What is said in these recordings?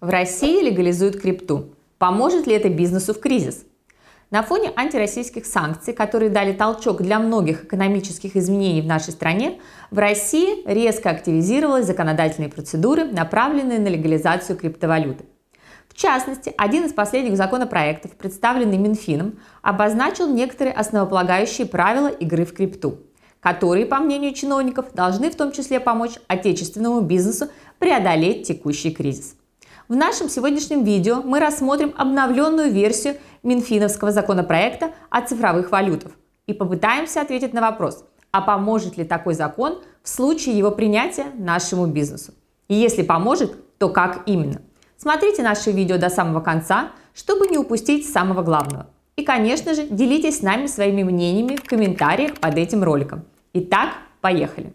В России легализуют крипту. Поможет ли это бизнесу в кризис? На фоне антироссийских санкций, которые дали толчок для многих экономических изменений в нашей стране, в России резко активизировалась законодательные процедуры, направленные на легализацию криптовалюты. В частности, один из последних законопроектов, представленный Минфином, обозначил некоторые основополагающие правила игры в крипту, которые, по мнению чиновников, должны в том числе помочь отечественному бизнесу преодолеть текущий кризис. В нашем сегодняшнем видео мы рассмотрим обновленную версию Минфиновского законопроекта о цифровых валютах и попытаемся ответить на вопрос, а поможет ли такой закон в случае его принятия нашему бизнесу? И если поможет, то как именно? Смотрите наше видео до самого конца, чтобы не упустить самого главного. И, конечно же, делитесь с нами своими мнениями в комментариях под этим роликом. Итак, поехали!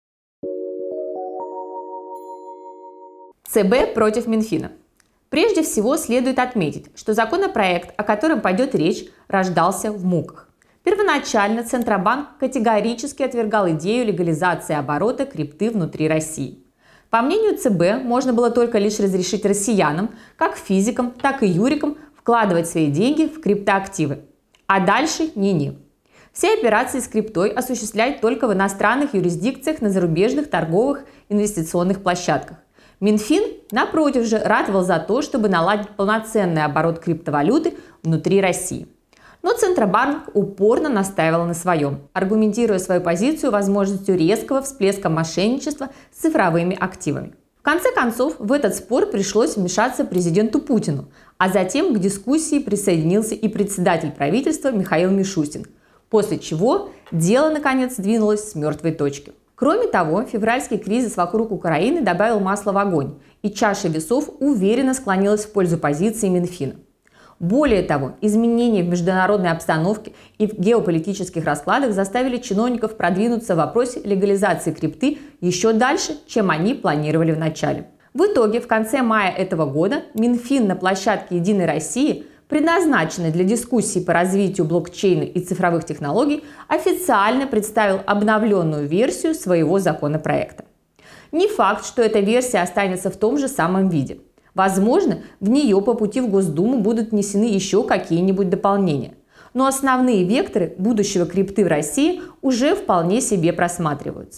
ЦБ против Минфина. Прежде всего, следует отметить, что законопроект, о котором пойдет речь, рождался в муках. Первоначально Центробанк категорически отвергал идею легализации оборота крипты внутри России. По мнению ЦБ, можно было только лишь разрешить россиянам, как физикам, так и юрикам, вкладывать свои деньги в криптоактивы. А дальше ни-ни. Все операции с криптой осуществлять только в иностранных юрисдикциях на зарубежных торговых инвестиционных площадках. Минфин, напротив же, ратовал за то, чтобы наладить полноценный оборот криптовалюты внутри России. Но Центробанк упорно настаивал на своем, аргументируя свою позицию возможностью резкого всплеска мошенничества с цифровыми активами. В конце концов, в этот спор пришлось вмешаться президенту Путину, а затем к дискуссии присоединился и председатель правительства Михаил Мишустин, после чего дело, наконец, сдвинулось с мертвой точки. Кроме того, февральский кризис вокруг Украины добавил масла в огонь, и чаша весов уверенно склонилась в пользу позиции Минфина. Более того, изменения в международной обстановке и в геополитических раскладах заставили чиновников продвинуться в вопросе легализации крипты еще дальше, чем они планировали в начале. В итоге, в конце мая этого года Минфин на площадке «Единой России», предназначенной для дискуссий по развитию блокчейна и цифровых технологий, официально представил обновленную версию своего законопроекта. Не факт, что эта версия останется в том же самом виде. Возможно, в нее по пути в Госдуму будут внесены еще какие-нибудь дополнения. Но основные векторы будущего крипты в России уже вполне себе просматриваются.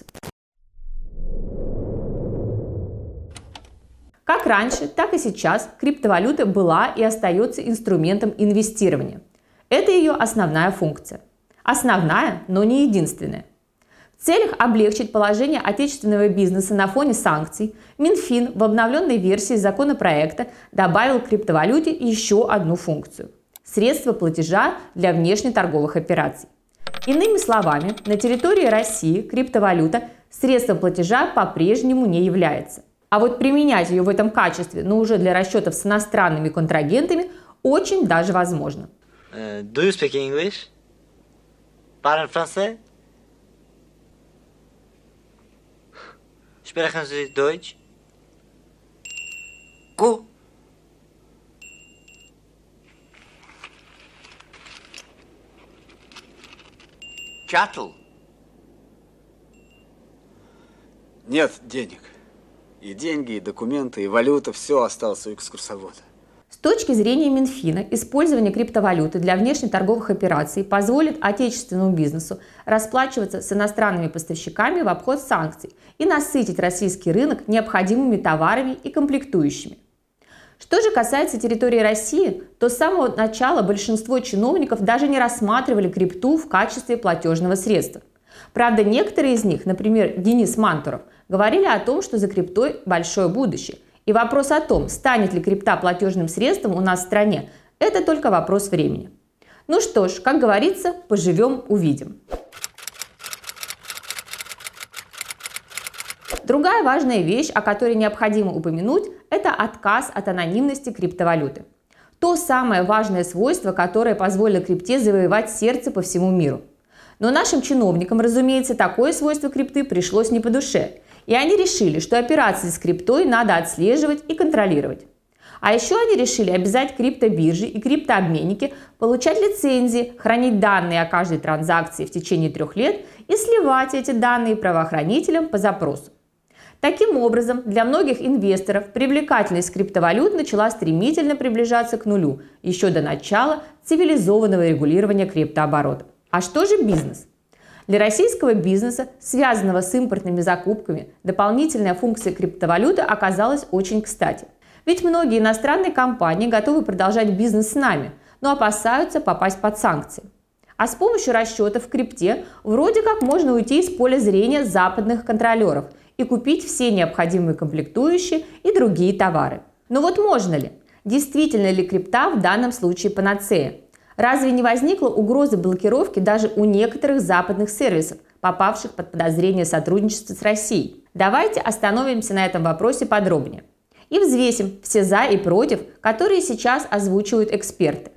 Как раньше, так и сейчас криптовалюта была и остается инструментом инвестирования. Это ее основная функция. Основная, но не единственная. В целях облегчить положение отечественного бизнеса на фоне санкций, Минфин в обновленной версии законопроекта добавил к криптовалюте еще одну функцию – средства платежа для внешнеторговых операций. Иными словами, на территории России криптовалюта средством платежа по-прежнему не является. А вот применять ее в этом качестве, но уже для расчетов с иностранными контрагентами, очень даже возможно. Do you speak English? Parle français? Sprechen Sie Deutsch? Go. Cattle. Нет денег. И деньги, и документы, и валюта – все осталось у экскурсовода. С точки зрения Минфина, использование криптовалюты для внешнеторговых операций позволит отечественному бизнесу расплачиваться с иностранными поставщиками в обход санкций и насытить российский рынок необходимыми товарами и комплектующими. Что же касается территории России, то с самого начала большинство чиновников даже не рассматривали крипту в качестве платежного средства. Правда, некоторые из них, например, Денис Мантуров, говорили о том, что за криптой большое будущее. И вопрос о том, станет ли крипта платежным средством у нас в стране, это только вопрос времени. Ну что ж, как говорится, поживем – увидим. Другая важная вещь, о которой необходимо упомянуть, это отказ от анонимности криптовалюты. То самое важное свойство, которое позволило крипте завоевать сердце по всему миру. Но нашим чиновникам, разумеется, такое свойство крипты пришлось не по душе. И они решили, что операции с криптой надо отслеживать и контролировать. А еще они решили обязать криптобиржи и криптообменники получать лицензии, хранить данные о каждой транзакции в течение 3 лет и сливать эти данные правоохранителям по запросу. Таким образом, для многих инвесторов привлекательность криптовалют начала стремительно приближаться к нулю еще до начала цивилизованного регулирования криптооборота. А что же бизнес? Для российского бизнеса, связанного с импортными закупками, дополнительная функция криптовалюты оказалась очень кстати. Ведь многие иностранные компании готовы продолжать бизнес с нами, но опасаются попасть под санкции. А с помощью расчетов в крипте вроде как можно уйти из поля зрения западных контролеров и купить все необходимые комплектующие и другие товары. Но вот можно ли? Действительно ли крипта в данном случае панацея? Разве не возникла угроза блокировки даже у некоторых западных сервисов, попавших под подозрение сотрудничества с Россией? Давайте остановимся на этом вопросе подробнее и взвесим все «за» и «против», которые сейчас озвучивают эксперты.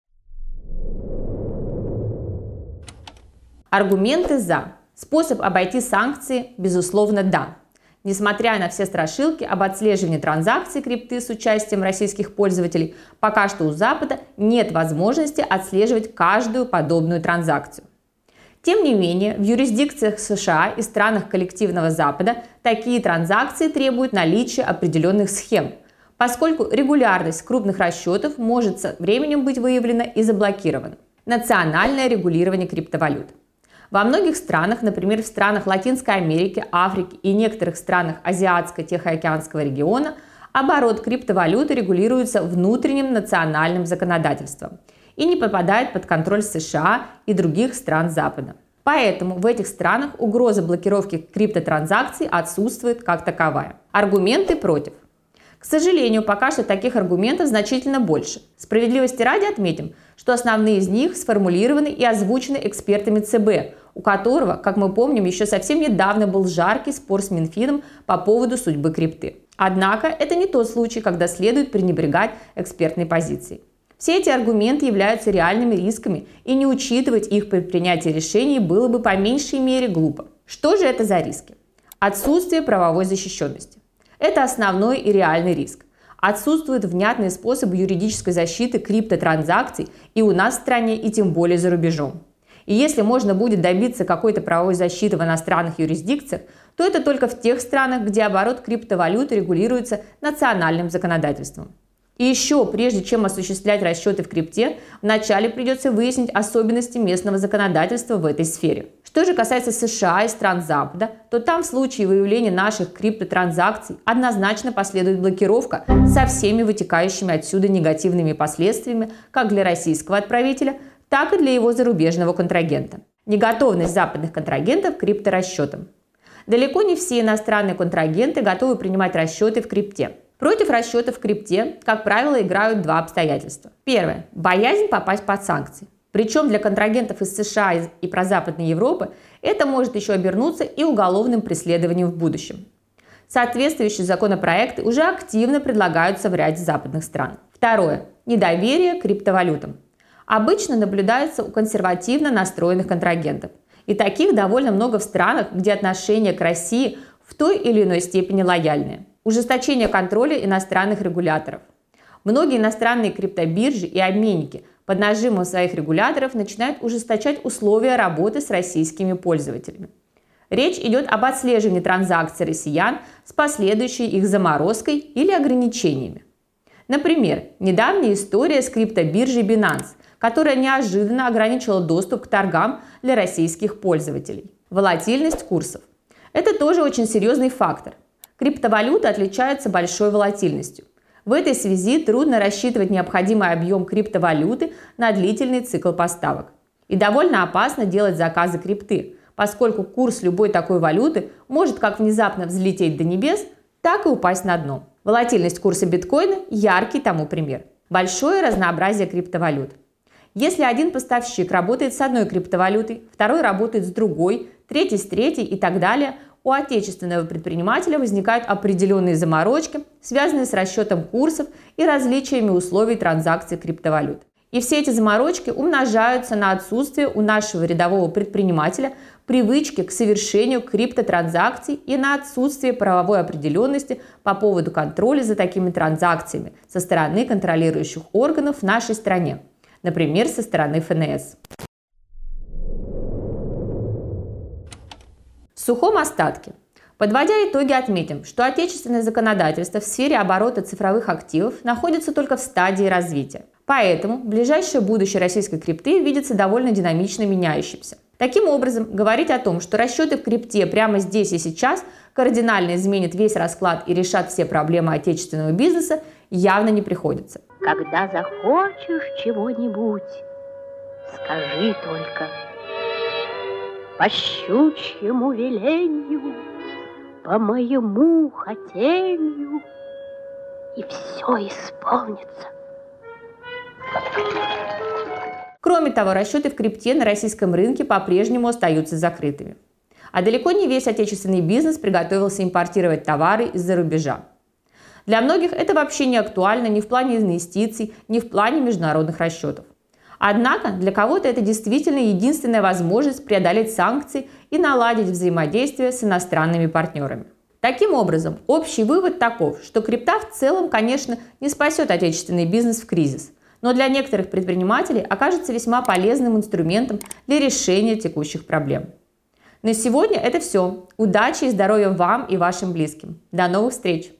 Аргументы «за». Способ обойти санкции, безусловно, да. Несмотря на все страшилки об отслеживании транзакций крипты с участием российских пользователей, пока что у Запада нет возможности отслеживать каждую подобную транзакцию. Тем не менее, в юрисдикциях США и странах коллективного Запада такие транзакции требуют наличия определенных схем, поскольку регулярность крупных расчетов может со временем быть выявлена и заблокирована. Национальное регулирование криптовалют. Во многих странах, например, в странах Латинской Америки, Африки и некоторых странах Азиатско-Тихоокеанского региона, оборот криптовалюты регулируется внутренним национальным законодательством и не попадает под контроль США и других стран Запада. Поэтому в этих странах угроза блокировки криптотранзакций отсутствует как таковая. Аргументы против. К сожалению, пока что таких аргументов значительно больше. Справедливости ради отметим, что основные из них сформулированы и озвучены экспертами ЦБ, у которого, как мы помним, еще совсем недавно был жаркий спор с Минфином по поводу судьбы крипты. Однако это не тот случай, когда следует пренебрегать экспертной позицией. Все эти аргументы являются реальными рисками, и не учитывать их при принятии решений было бы по меньшей мере глупо. Что же это за риски? Отсутствие правовой защищенности. Это основной и реальный риск. Отсутствуют внятные способы юридической защиты криптотранзакций и у нас в стране, и тем более за рубежом. И если можно будет добиться какой-то правовой защиты в иностранных юрисдикциях, то это только в тех странах, где оборот криптовалют регулируется национальным законодательством. И еще, прежде чем осуществлять расчеты в крипте, вначале придется выяснить особенности местного законодательства в этой сфере. Что же касается США и стран Запада, то там в случае выявления наших криптотранзакций однозначно последует блокировка со всеми вытекающими отсюда негативными последствиями как для российского отправителя, так и для его зарубежного контрагента. Неготовность западных контрагентов к крипторасчетам. Далеко не все иностранные контрагенты готовы принимать расчеты в крипте. Против расчетов в крипте, как правило, играют два обстоятельства. Первое – боязнь попасть под санкции. Причем для контрагентов из США и прозападной Европы это может еще обернуться и уголовным преследованием в будущем. Соответствующие законопроекты уже активно предлагаются в ряде западных стран. Второе – недоверие к криптовалютам. Обычно наблюдается у консервативно настроенных контрагентов. И таких довольно много в странах, где отношения к России в той или иной степени лояльные. Ужесточение контроля иностранных регуляторов. Многие иностранные криптобиржи и обменники под нажимом своих регуляторов начинают ужесточать условия работы с российскими пользователями. Речь идет об отслеживании транзакций россиян с последующей их заморозкой или ограничениями. Например, недавняя история с криптобиржей Binance, которая неожиданно ограничила доступ к торгам для российских пользователей. Волатильность курсов. Это тоже очень серьезный фактор. Криптовалюты отличаются большой волатильностью. В этой связи трудно рассчитывать необходимый объем криптовалюты на длительный цикл поставок. И довольно опасно делать заказы крипты, поскольку курс любой такой валюты может как внезапно взлететь до небес, так и упасть на дно. Волатильность курса биткоина – яркий тому пример. Большое разнообразие криптовалют. Если один поставщик работает с одной криптовалютой, второй работает с другой, третий с третьей и так далее, у отечественного предпринимателя возникают определенные заморочки, связанные с расчетом курсов и различиями условий транзакций криптовалют. И все эти заморочки умножаются на отсутствие у нашего рядового предпринимателя привычки к совершению криптотранзакций и на отсутствие правовой определенности по поводу контроля за такими транзакциями со стороны контролирующих органов в нашей стране, например, со стороны ФНС. В сухом остатке. Подводя итоги, отметим, что отечественное законодательство в сфере оборота цифровых активов находится только в стадии развития. Поэтому ближайшее будущее российской крипты видится довольно динамично меняющимся. Таким образом, говорить о том, что расчеты в крипте прямо здесь и сейчас кардинально изменят весь расклад и решат все проблемы отечественного бизнеса, явно не приходится. Когда захочешь чего-нибудь, скажи только: по щучьему велению, по моему хотению, и все исполнится. Кроме того, расчеты в крипте на российском рынке по-прежнему остаются закрытыми. А далеко не весь отечественный бизнес приготовился импортировать товары из-за рубежа. Для многих это вообще не актуально ни в плане инвестиций, ни в плане международных расчетов. Однако для кого-то это действительно единственная возможность преодолеть санкции и наладить взаимодействие с иностранными партнерами. Таким образом, общий вывод таков, что крипта в целом, конечно, не спасет отечественный бизнес в кризис, но для некоторых предпринимателей окажется весьма полезным инструментом для решения текущих проблем. На сегодня это все. Удачи и здоровья вам и вашим близким. До новых встреч!